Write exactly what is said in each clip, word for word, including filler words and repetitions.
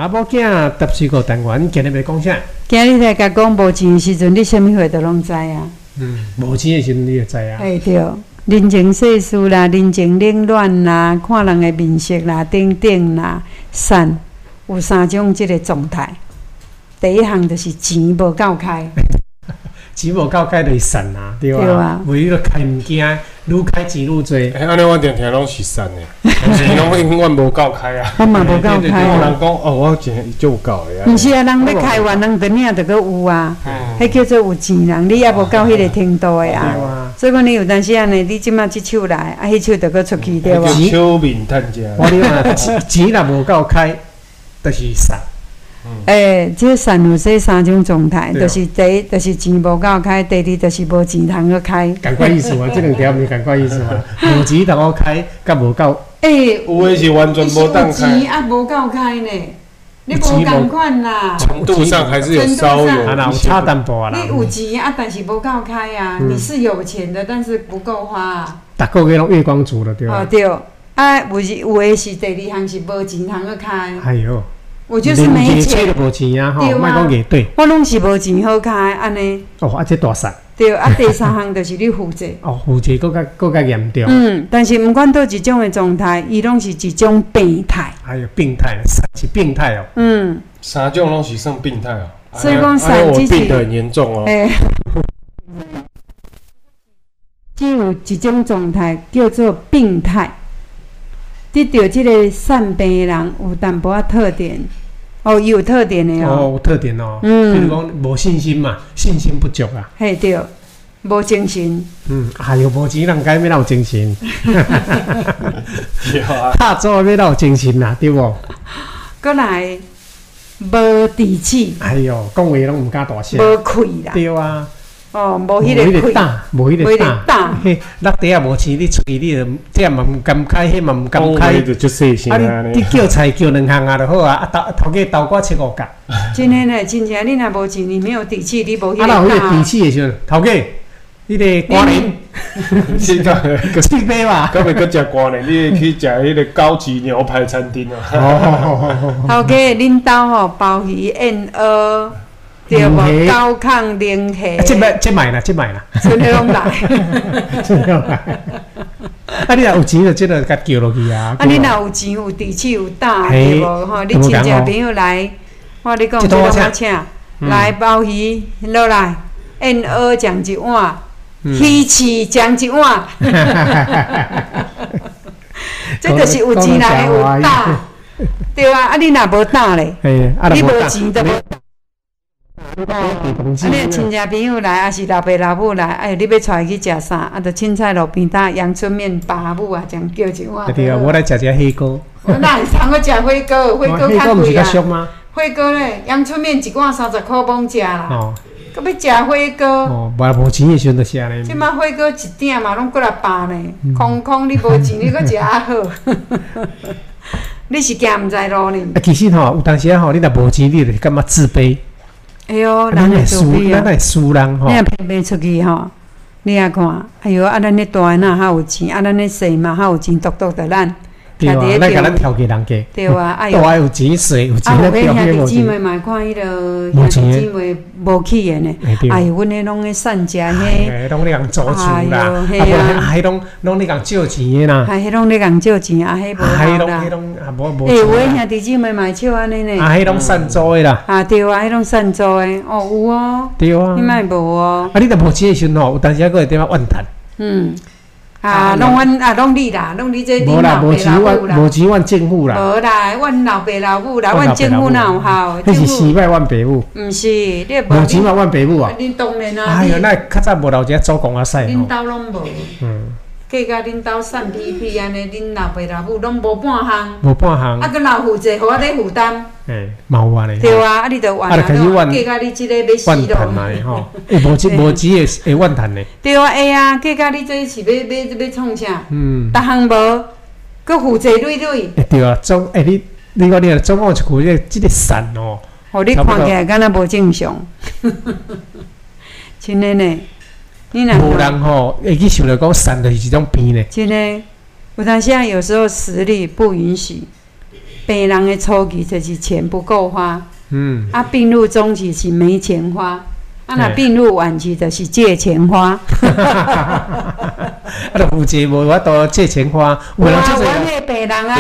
啊，某囝十四个单元，今日要讲啥？ 今日来甲讲无钱的时阵，你啥物话都拢知啊。 嗯，无钱的时阵你就知啊。 哎对，人情世事啦，人情冷暖啦，看人的面色啦，等等啦，善有三种即个状态。第一项就是钱无够开。 钱无够开就是散啊，对对啊。 为了开物件，愈开钱愈多。 哎，安尼我定定拢是散的，钱拢永远无够开啊。 我嘛无够开有啊。 人讲哦，我钱就有够的啊。 毋是啊，人要开完，人等领着个有啊。迄叫做有钱人，你也无到迄个程度的啊。所以讲你有当时安尼，你即马即手来，啊，迄手着个出去对无？ 手面趁食。 我你话钱钱若无够开，就是散。 诶，即、欸、个善有这三种状态，就是第一，就是钱无够开；第二，就是无钱通去开。 同款意思啊，这两条毋是同款意思啊。无钱通好开，甲无够。 诶、欸， 有诶是完全无当开。 有钱啊，无够开呢。你无共款啦。 程度上还是有稍有。 啊，有差淡薄啦。 你有钱啊，但是无够开啊。嗯、你是有钱的，但是不够花啊。 逐个月拢月光族了，对吧？ 哦对，啊，有有诶是第二项是无钱通去开。 哎呦。 我就是没钱， 都无钱啊！吼，莫讲业对， 我拢是无钱好开安尼。 哦，啊，这大善。 对，啊，第三项就是你负债。 哦，负债更加更加严重。 嗯，但是毋管倒一种的状态，伊拢是一种病态。 还有病态，是病态哦。 嗯， 三种拢是算病态哦。 所以讲三我病得很严重哦。 诶，只有一种状态叫做病态。得到这个善病的人有淡薄仔特点，哦，有特点的哦。 哦，有特点哦。嗯。比如讲无信心嘛，信心不足啊。 嘿对，无精神。 嗯，哎呦，无钱人该要哪有精神？ 对啊。 拍做要哪有精神啊？对无？ 过来，无志气。 哎呦，讲话拢唔敢大声。 无气啦。对啊。 哦，无迄个气， 无迄个胆，嘿，落地也无钱，你出去你就这嘛唔敢开，迄嘛唔敢开， 就就细心啊！你你叫菜叫两项啊就好啊，啊头头家投我七五角。 真诶呢，真正你若无钱，你没有底气，你无迄个。 啊，若有迄个底气诶时阵，头家，你个瓜年， 是个四杯吧？ 咁咪搁食瓜年，你去食迄个高级牛排餐厅啊。 哦， 头家，恁兜吼鲍鱼燕鹅。对无？高亢灵气。 即摆即卖啦，即卖啦。 真诶拢来。 真诶拢来。啊，你若有钱就即个甲叫落去啊。 啊，你若有钱、有底气、有胆，对无？吼，你亲戚朋友来，我你讲，这拢我请，来鲍鱼落来，燕鹅酱一碗，鱼翅酱一碗。这就是有钱人有胆，对啊。啊，你若无胆咧，你无钱都无。哦，啊！你亲戚朋友来，还是老爸老母来，哎，你要带去食啥？啊，就凊彩路边搭阳春面、爸母啊，这样叫一碗。 对啊，我来食只火锅。 我哪会通去食火锅？火锅较贵啊。火锅咧，阳春面一碗三十块罔食啦。哦。搁要食火锅。 哦，无无钱的时阵就食咧。 即摆火锅一鼎嘛，拢过来百呢。空空你无钱，你搁食啊好。你是行毋知路呢？ 啊，其实吼，有当时啊吼，你若无钱，你就感觉自卑。 哎呦，人会自卑啊！ 咱会输人吼。 你若偏偏出去吼，你啊看，哎呦，啊咱咧大汉啊，较有钱，啊咱咧细嘛，较有钱，独独的咱。 对啊，咱甲咱挑起人家。 对啊，哎呦， 大有钱，细有钱， 咧挑起兄弟姊妹嘛，看迄个兄弟姊妹无起的呢。哎呦，阮迄拢咧善食迄， 拢咧共做厝啦，啊，迄拢拢咧共借钱的啦。 啊，迄拢咧共借钱，啊，迄无好啦。 迄拢啊无无。 哎，有诶兄弟姊妹嘛会笑安尼呢。 啊，迄拢善做的啦。 啊，对啊，迄拢善做的，哦有哦。 对啊。 你莫无哦。 啊，你若无钱的时阵吼，有当时还佫会点啊怨叹。 嗯。啊，拢阮啊，拢你啦，拢你这恁老爸老母啦， 无钱怨政府啦， 无啦，阮老爸老母啦，阮政府哪有效？ 迄是失败怨爸母， 毋是，你无钱嘛怨爸母啊。 恁当然啊。 哎呦，那较早无留一个祖公啊使吼。 恁兜拢无。嗯。计甲恁兜散屁屁安尼，恁老爸老母拢无半项。 无半项。 啊，佮老负债，互我咧负担。 诶，嘛有安尼。 对啊，啊，你着怨啊，计甲你即个要死咯。 怨叹来吼，诶，无钱无钱会会怨叹呢。 对啊，会啊，计甲你这是要要要创啥？嗯。逐项无，佮负债累累。 诶，对啊，总诶，你你讲你总共一句这即个善哦。 互你看起来敢若无正常。真诶呢。 无人吼会去想着讲善就是一种病呢。 真诶，有当时啊，有时候实力不允许， 病人的初期就是钱不够花， 嗯， 啊，病入中期是没钱花。啊，若病入晚期就是借钱花， 啊，著负责无法度借钱花。 有啊，阮迄病人啊，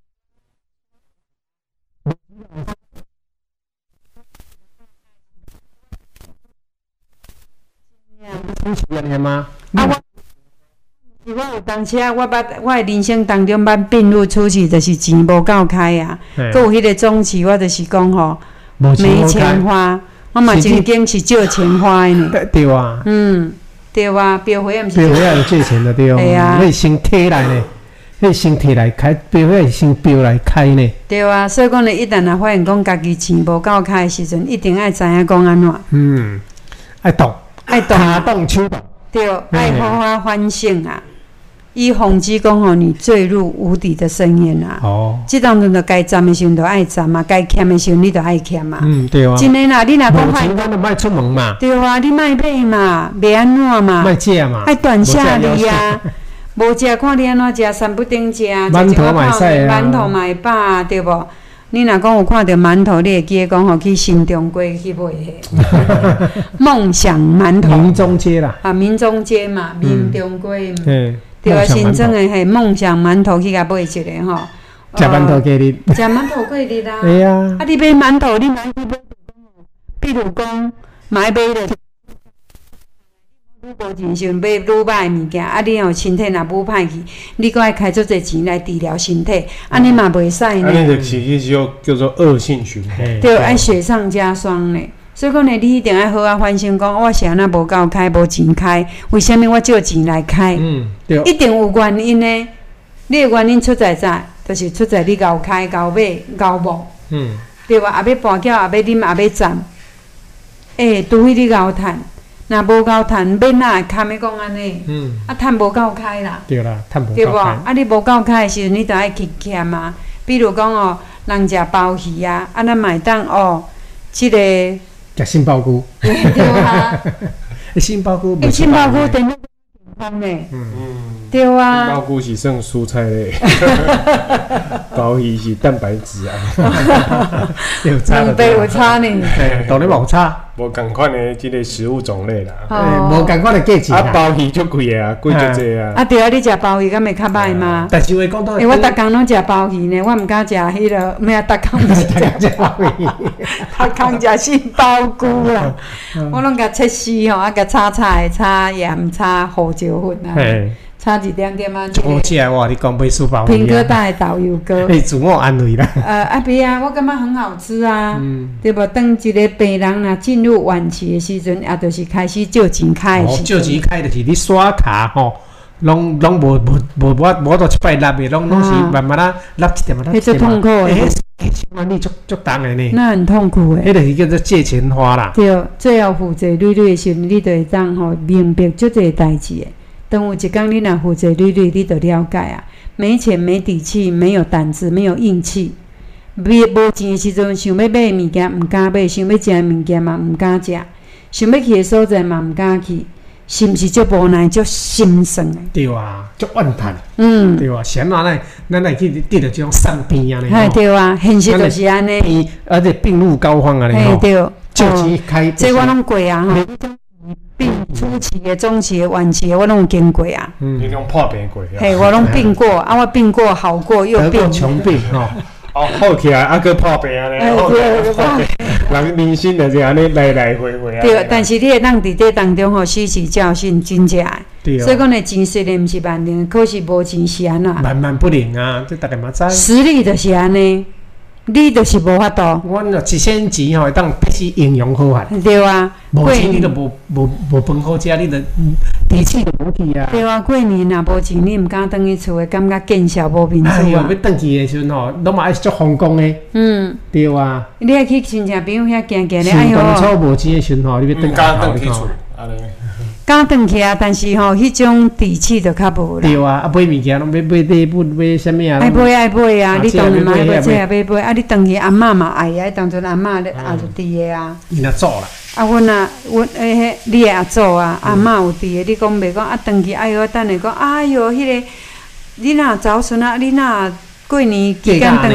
是安尼吗？ 啊，我我有当时啊，我捌我的人生当中捌病入初期，就是钱无够开啊，佮有迄个中期，我就是讲吼，没钱花。我嘛真经是借钱花的呢。 对啊。 嗯，对啊，标会毋是。 标会也有借钱的对哦。 系啊。 迄先摕来呢，迄先摕来开，标会先标来开呢。 对啊，所以讲咧，一旦若发现讲家己钱无够开的时阵，一定爱知影讲安怎。 嗯，爱动， 爱动， 脚动手动。 对，爱好好反省啊。以防止讲吼你坠入无底的深渊啊！哦，即当阵着该站的时阵就爱站嘛，该欠的时阵你就爱欠嘛。 嗯，对啊。 真诶啦，你若讲歹，无钱咱就莫出门嘛。 对啊，你莫买嘛，袂安怎嘛？ 莫借嘛。 爱断舍离啊！无食看你安怎食，三不顶食， 馒头买晒啊，馒头买饱对无？你若讲有看到馒头，你会记得讲吼去新中街去买迄梦想馒头。 民中街啦。 啊，民中街嘛，民中街。 嗯。 对啊，新庄的嘿梦想馒头去甲买一个吼， 食馒头过日， 食馒头过日啦。 对啊。 啊，你买馒头，你买去买，比如讲买买咧，愈无钱时买愈歹物件，啊，你吼身体若愈歹去，你阁爱开足侪钱来治疗身体，安尼嘛袂使呢。 安尼就是迄种叫做恶性循环。 对，爱雪上加霜呢。所以讲呢，你一定要好好反省，讲我是安那无够开，无钱开，为虾米我借钱来开？嗯，对，一定有原因呢。你的原因出在啥？就是出在你熬开、熬买、熬摸，嗯，对吧？也要跋筊，也要啉，也要赚，诶、欸，除非你熬趁，若无熬趁，免哪会堪要讲安尼？嗯，啊，趁无够开啦。 对啦，趁无够开。 对无？啊，你无够开的时阵，你就爱去欠啊。比如讲哦，人食鲍鱼啊，啊，咱买当哦，即、這个。 食杏鲍菇， 对啊， 杏鲍菇， 诶，杏鲍菇等于健康呢，嗯，对啊， 杏鲍菇是算蔬菜类，鲍鱼是蛋白质啊， 有差， 两倍有差呢， 当然无差， 无共款的即个食物种类啦， 无共款的价钱啊，鲍鱼足贵啊，贵足济啊， 啊对啊，你食鲍鱼敢会较歹吗？ 但是话讲到， 诶，我逐工拢食鲍鱼呢，我毋敢食迄个，咩啊，逐工食食鲍鱼，逐工食杏鲍菇啦，我拢甲切丝吼，啊甲炒菜、炒盐、炒胡椒粉啊。差一点点啊！ 好食哇！你讲买素鲍鱼啊？ 平哥带的导游哥， 哎，自我安慰啦。 呃，阿伯啊，我感觉很好吃啊，嗯、对不？当一个病人若进入晚期的时阵，也就是开始借钱开的时阵。 借钱开就是你刷卡吼，拢拢无无无无无到一摆纳的，拢拢是慢慢啊纳一点嘛，纳一点嘛。 迄痛苦的， 迄迄压力足足重的呢。 那很痛苦的。 迄就是叫做借钱花啦。 对，最后负债累累的时阵，你就会当吼明白足侪代志的。等有一天你若负债累累，你就了解啊。没钱、没底气、没有胆子、没有硬气。没无钱的时阵，想要买物件毋敢买，想要食物件嘛毋敢食，想要去的所在嘛毋敢去，是毋是足无奈、足心酸的？ 对啊，足怨叹。嗯，对啊，谁哪来咱来去得到这种丧病啊？ 嘿，对啊，现实就是安尼。 而且病入膏肓啊！ 嘿，对， 借钱开， 这我拢过啊！吼。病初期的、中期的、晚期的，我拢有经过啊。 嗯，你拢破病过啊？ 嘿，我拢病过啊，我病过、好过又病。 穷病吼。 哦，好起来，啊，佮破病啊咧。 哎，对对人人生就是安尼来来回回啊。 对，但是你会当伫这当中吼吸取教训，真正的。 对。 所以讲呢，钱虽然毋是万能，可是无钱是安怎？ 万万不能啊！这大家嘛知。 实力就是安尼。你就是无法度， 阮若一仙钱吼，会当必须营养好法。 对啊， 无钱你就无无无饭好食，你就底气就无去啊。 对啊，过年若无钱，你毋敢倒去厝诶，感觉见笑无面子啊。 哎呦，要倒去诶时阵吼，拢嘛爱足风光诶。嗯，对啊。 你爱去亲戚朋友遐行行咧， 哎呦。当初无钱诶时阵吼，你要倒去厝，安尼。 敢转去啊，但是吼，迄种底气就较无啦。 对啊，啊买物件拢要买礼物，买啥物啊？ 爱买爱买啊！你当然嘛爱买这也买买，啊！你转去阿嬷嘛爱啊，当阵阿嬷咧也就伫个啊。 伊若做啦。 啊，阮啊，阮诶，迄你诶阿祖啊，阿嬷有伫个，你讲袂讲啊？转去哎哟，等下讲哎哟，迄个你若早孙啊，你若过年期间转来，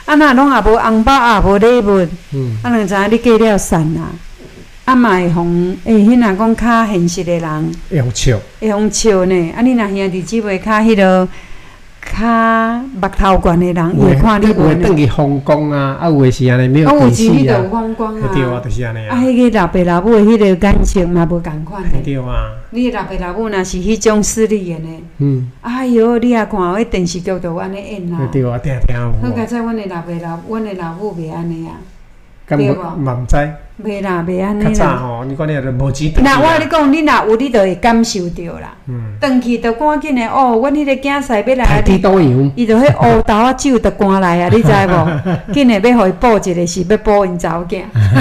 啊那拢也无红包，也无礼物， 嗯， 啊，两知影你过了善啦，啊嘛会互诶，迄若讲较现实诶人， 会互笑， 会互笑呢。啊，你若兄弟姊妹较迄落。较目头悬的人，伊会看你有诶，等去风光啊，啊有诶是安尼没有底气啊。 啊，有钱你就有风光啊。 对啊，就是安尼啊。 啊，迄个老爸老母诶，迄个感情嘛无共款诶。 对啊。 你老爸老母若是迄种势利眼诶，嗯，哎哟，你也看迄电视剧就安尼演啦。 对啊，听听有。 好佳哉，阮诶老爸老，阮诶老母袂安尼啊。 对无？嘛毋知。 袂啦，袂安尼啦。 较早吼，你讲你若无钱。 那我你讲，你若有，你就会感受着啦。嗯。转去就赶紧诶，哦，阮迄个囝婿要来。 太低多样。 伊就迄乌豆仔酒就赶来啊，你知无？紧诶，要互伊补一个，是要补因查某囝。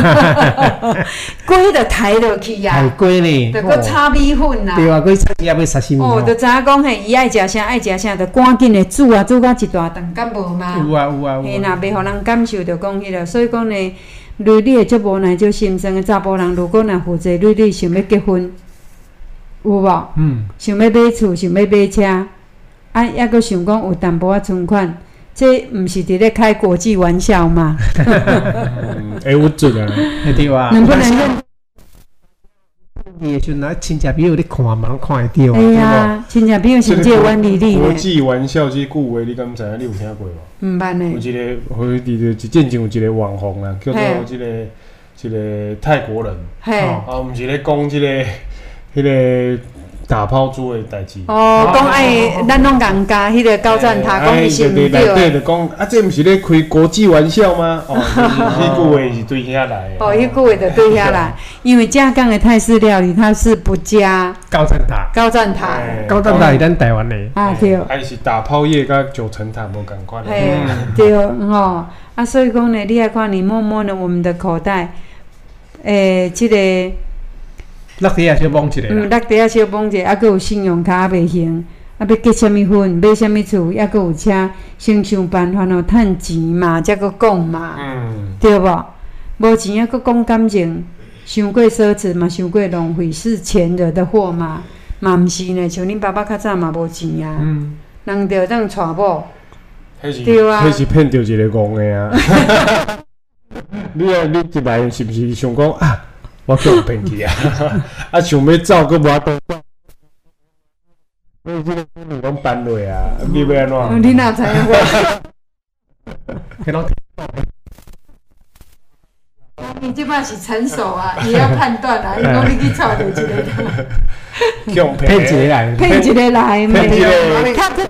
粿就抬落去啊。 抬粿呢。 着搁炒米粉啦。 对啊，粿炒只要杀生。 哦，就知影讲嘿，伊爱食啥爱食啥，就赶紧诶煮啊，煮到一大顿，敢无嘛？ 有啊有啊有啊。 嘿，若袂互人感受着讲迄个，所以讲呢。类你会足无奈，足心酸的查甫人，如果若负责类你想要结婚，有无？嗯。想要买厝，想要买车，啊，抑阁想讲有淡薄仔存款，这毋是伫咧开国际玩笑嘛？ 哎，有准啊， 对啊。 能不能认？ 你诶时阵，咱亲戚朋友咧看嘛，拢看会着啊。 哎呀，亲戚朋友是借弯利利国际玩笑这句话，你敢知影？你有听过无？ 毋捌呢。 有一个，佢伫就之前有一个网红啦，叫做即个一个泰国人。嘿。啊，毋是咧讲即个迄个打抛猪的代志。 哦，讲爱咱拢共加迄个高赞塔，讲伊是毋对的。 对的，讲啊，这毋是咧开国际玩笑吗？哦，迄句话是对遐来的。 哦，迄句话就对遐来，因为正港的泰式料理，它是不加高赞塔。 高赞塔。 高赞塔是咱台湾的。 啊对。 还是打抛叶甲九层塔无共款。 嘿，对吼，啊，所以讲呢，你爱看你摸摸呢，我们的口袋，诶，即个。 落地啊，小摸一个。 嗯，落地啊，小摸一个，啊，佮有信用卡未还，啊，要结啥物婚，买啥物厝，抑佮有车，先想办法哦，趁钱嘛，才佮讲嘛，嗯，对无？无钱啊，佮讲感情，伤过奢侈嘛，伤过浪费，是钱惹的祸嘛，嘛毋是呢，像恁爸爸较早嘛无钱啊，嗯，人着当娶某， 对啊，迄是骗着一个戆的啊，你啊，你一来是毋是想讲啊？我叫人骗去啊！啊，想要走，佫无法度走。所以这个可能讲搬落啊，你要安怎？ 你哪知影我？你即摆是成熟啊，也要判断啊。伊讲你去找着一个， 叫骗一个来， 骗一个来， 骗一个。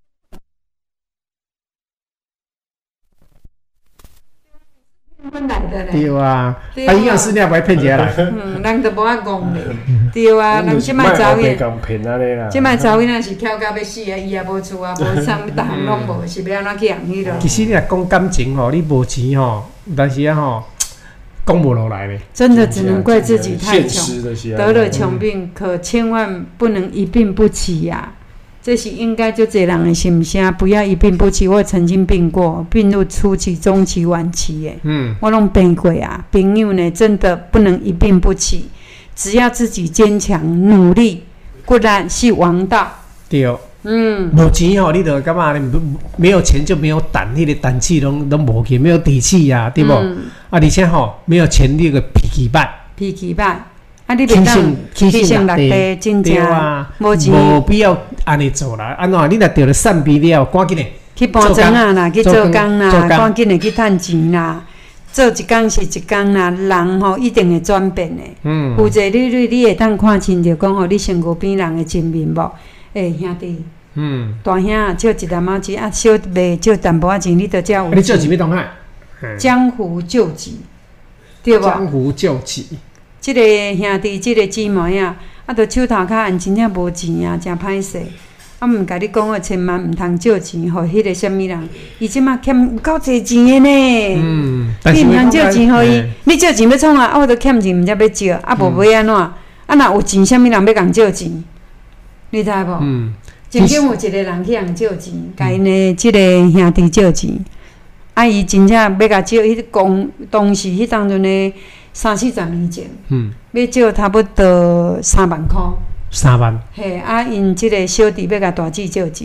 对啊，啊一样是你也袂骗一个来。 嗯，人就无法戆咧。对啊，人即摆查某囝，即摆查某囝是跳到要死啊，伊也无厝啊，无啥物，逐项拢无，是要安怎去养迄落？ 其实你若讲感情吼，你无钱吼，但是啊吼，讲无落来咧。 真的只能怪自己太穷，得了穷病，可千万不能一病不起呀。这是应该就这人的心声，不要一病不起。我曾经病过，病入初期、中期、晚期耶。嗯，我拢病过啊。朋友呢，真的不能一病不起，只要自己坚强努力，固然是王道。 对。嗯。无钱吼，你就感觉呢？没有钱就没有胆，迄个胆气拢拢无去，没有底气呀、啊，对不？嗯、啊，而且吼，没有钱，你个脾气歹。 脾气歹。啊！你袂当起性落地，真正无钱， 无必要安尼做啦。安怎？你若着了善变了，赶紧诶去搬砖啊啦，去做工啦，赶紧诶去趁钱啦。做一工是一工啦，人吼一定会转变诶。嗯。负责你你你会当看清着讲吼，你身躯边人诶真面目。诶，兄弟。嗯。大兄借一两毛钱啊，小卖借淡薄仔钱，你着才有。 你借钱要当哪？ 江湖救急，对无？ 江湖救急。 即个兄弟，即个姊妹啊，啊，着手头较按真正无钱啊，真歹势。啊，毋甲你讲个，千万毋通借钱，互迄个什物人，伊即马欠有够侪钱的呢。嗯，你毋通借钱互伊，你借钱要创啊？啊，我着欠钱，毋则要借，啊，无要安怎？啊，若有钱，什物人要共借钱？你知无？嗯。曾经有一个人去共借钱，甲因的即个兄弟借钱，啊，伊真正要甲借，迄公当时迄当阵的。三四十年前，嗯，要借差不多三万块。 三万。 嘿，啊，因即个小弟要甲大姊借钱，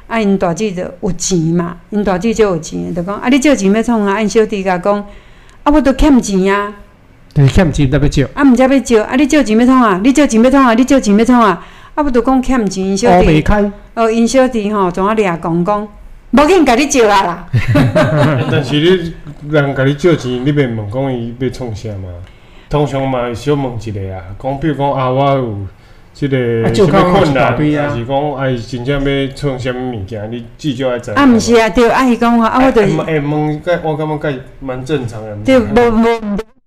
啊，因大姊就有钱嘛，因大姊就有钱，就讲啊，你借钱要创啊？因小弟甲讲，啊，我都欠钱啊， 对，欠钱才要借， 啊，毋则要借，啊，你借钱要创啊？你借钱要创啊？你借钱要创啊？啊，不都讲欠钱，因小弟，哦，因小弟吼，怎啊掠讲讲，无紧，甲你借啊啦。 但是你人甲你借钱，你袂问讲伊要创啥嘛？通常嘛会小问一下啊，讲比如讲啊，我有即个什么困难，还是讲啊，真正要创啥物物件，你至少爱知。 啊，毋是啊，对，啊，伊讲啊，啊，我著是。 会问，我感觉介蛮正常的。 对，无无。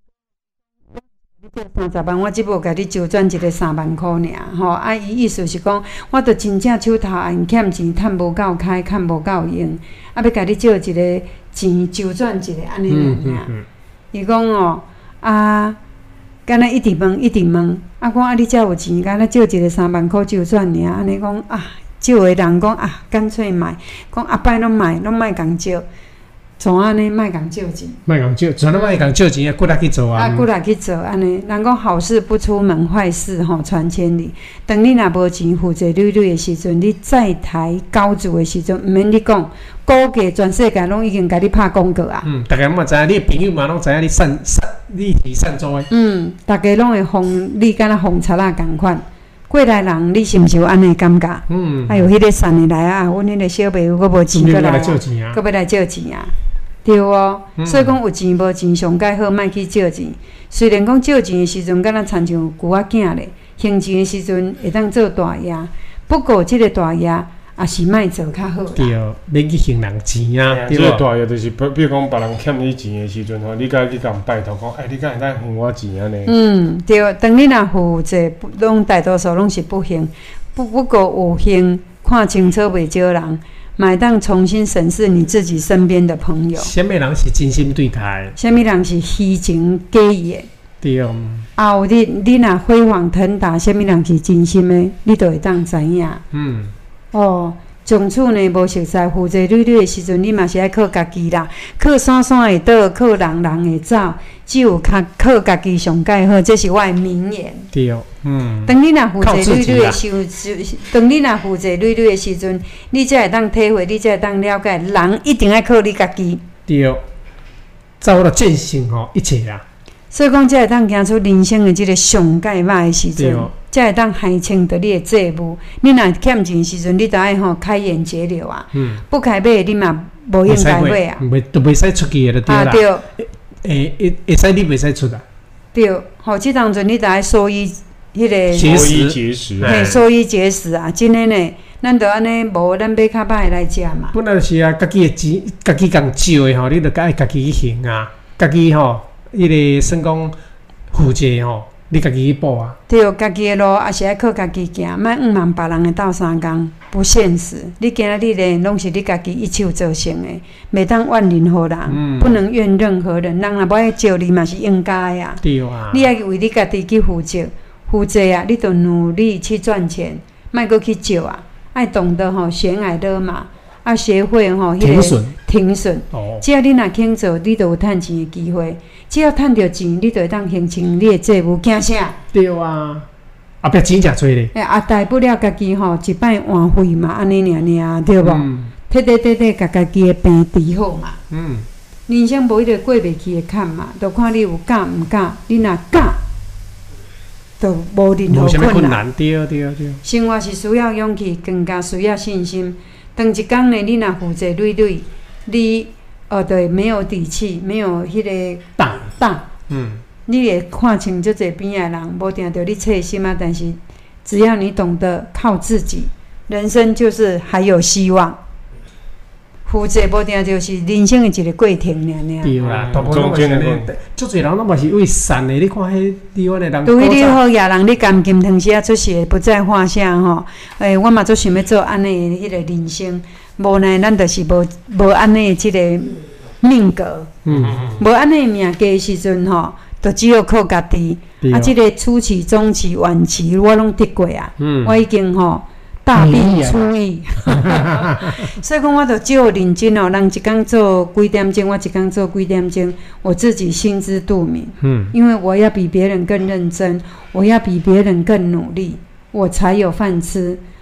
三十万，我即无甲你周转一个三万块尔，吼！啊，伊意思是讲，我著真正手头因欠钱，趁无够开，趁无够用，啊，要甲你借一个钱周转一个安尼尔。伊讲哦，啊，敢若一直问，一直问，啊，讲啊，你遮有钱，敢若借一个三万块周转尔，安尼讲啊，借的人讲啊，干脆买，讲后摆拢买，拢莫共借。从安尼莫共借钱， 莫共借，从来莫共借钱啊，骨力去做啊。 啊，骨力去做安尼，人讲好事不出门，坏事吼传千里。当你若无钱负债累累的时阵，你债台高筑的时阵，毋免你讲，估计全世界拢已经甲你拍广告啊。 嗯，大家嘛知影，你的朋友嘛拢知影你善善利益善做的。 嗯，大家拢会封你，敢若封贼仔共款。过来人，你是毋是有安尼感觉？嗯。哎呦，迄个善的来啊，阮迄个小朋友佫无钱佫来啊，佫要来借钱啊。对哦，嗯、所以讲有钱无钱上介好，莫去借钱。虽然讲借钱的时阵，敢若亲像牛仔囝咧，还钱的时阵会当做大爷。不过即个大爷也是莫做较好啦。 对，免去还人钱啊。 对，即个大爷就是，比如讲别人欠你钱的时阵吼，你甲去甲拜托讲，哎，你敢会当还我钱安尼？ 嗯，对，当你若负债，拢大多数拢是不还。不不过有还，看清楚袂少人。买当重新审视你自己身边的朋友。 什么人是真心对待？ 什么人是虚情假意的？ 对。 啊，有你你若飞黄腾达，什么人是真心的，你就会当知影。嗯。哦，从此呢，无熟悉负债累累的时阵，你嘛是爱靠家己啦，靠山山会倒，靠人人会走，只有靠靠家己上介好，这是我的名言。 对。嗯， 当你若负债累累的时候，当你若负债累累的时阵，你才会当体会，你才会当了解，人一定要靠你家己。 对，走到践行吼一切啦。 所以讲，才会当行出人生的即个上界歹的时阵，才会当还清着你的债务。你若欠钱的时阵，你著爱吼开源节流啊。嗯。不开买，你嘛无应该买啊。 袂都袂使出去的就对啦。啊对。诶，会会使你袂使出啊。 对，吼，即当阵你著爱收益。迄个节食，节食， 嘿，所以节食啊，真诶呢，咱着安尼无，咱买较歹来食嘛。 本来就是啊，家己诶钱，家己共借诶吼，你着爱家己去还啊，家己吼，迄个算讲负债吼，你家己去补啊。 对，家己诶路也是爱靠家己行，莫毋望别人诶斗相共，不现实。你今仔日咧，拢是你家己一手造成诶，袂当怨任何人，嗯、不能怨任何人。人若无爱借你嘛是应该啊。 对啊。 你爱为你家己去负责。负债啊，你着努力去赚钱，莫阁去借啊，爱懂得吼悬崖勒马，啊学会吼迄个停损。哦。只要你若肯做，你就有趁钱的机会。只要趁着钱，你就会当还清你的债务，惊啥？ 对啊。后壁钱诚多咧。 哎，啊大不了家己吼一摆换费嘛，安尼尔尔，对无？嗯。摕摕摕摕，甲家己的病治好嘛。嗯。人生无迄个过袂去的坎嘛，就看你有敢毋敢。你若敢。都无任何困难， 对对对。 生活是需要勇气，更加需要信心。当一天呢，你若负债累累，你呃对没有底气，没有迄个胆胆，嗯，你会看清足侪边仔人，无定着你切心啊。但是只要你懂得靠自己，人生就是还有希望。负债无定就是人生的一个过程尔尔。 对啦，大部分拢是安尼，足侪人拢嘛是为善的。你看迄台湾的人， 对你好野人，你甘金汤匙啊出事不在话下吼。诶、欸，我嘛足想要做安尼的迄个人生，无奈咱就是无无安尼的即个命格。嗯嗯。无安尼命格的时阵吼，就只有靠家己。啊，即、这个初期、中期、晚期，我拢得过啊。嗯。我已经吼。大病初愈，所以讲我著少认真哦。人一工做几点钟，我一工做几点钟，我自己心知肚明。嗯，因为我要比别人更认真，我要比别人更努力，我才有饭吃。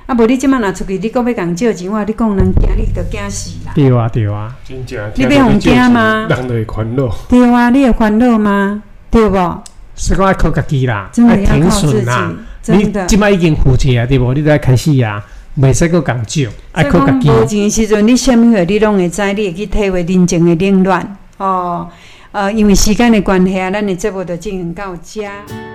啊，无你即摆若出去，你搁要共借钱，我你讲人惊你，着惊死啦。 对啊，对啊。 真正。 你要互惊吗？ 人就会烦恼。 对啊，你会烦恼吗？对无？ 是讲爱靠家己啦， 爱停损啦。你即摆已经付钱啊，对无？你都爱开始啊，袂使搁共借，爱靠家己。 无钱的时阵，你啥物货你拢会知，你会去体会人情的冷暖哦。呃，因为时间的关系啊，咱的节目就进行到遮。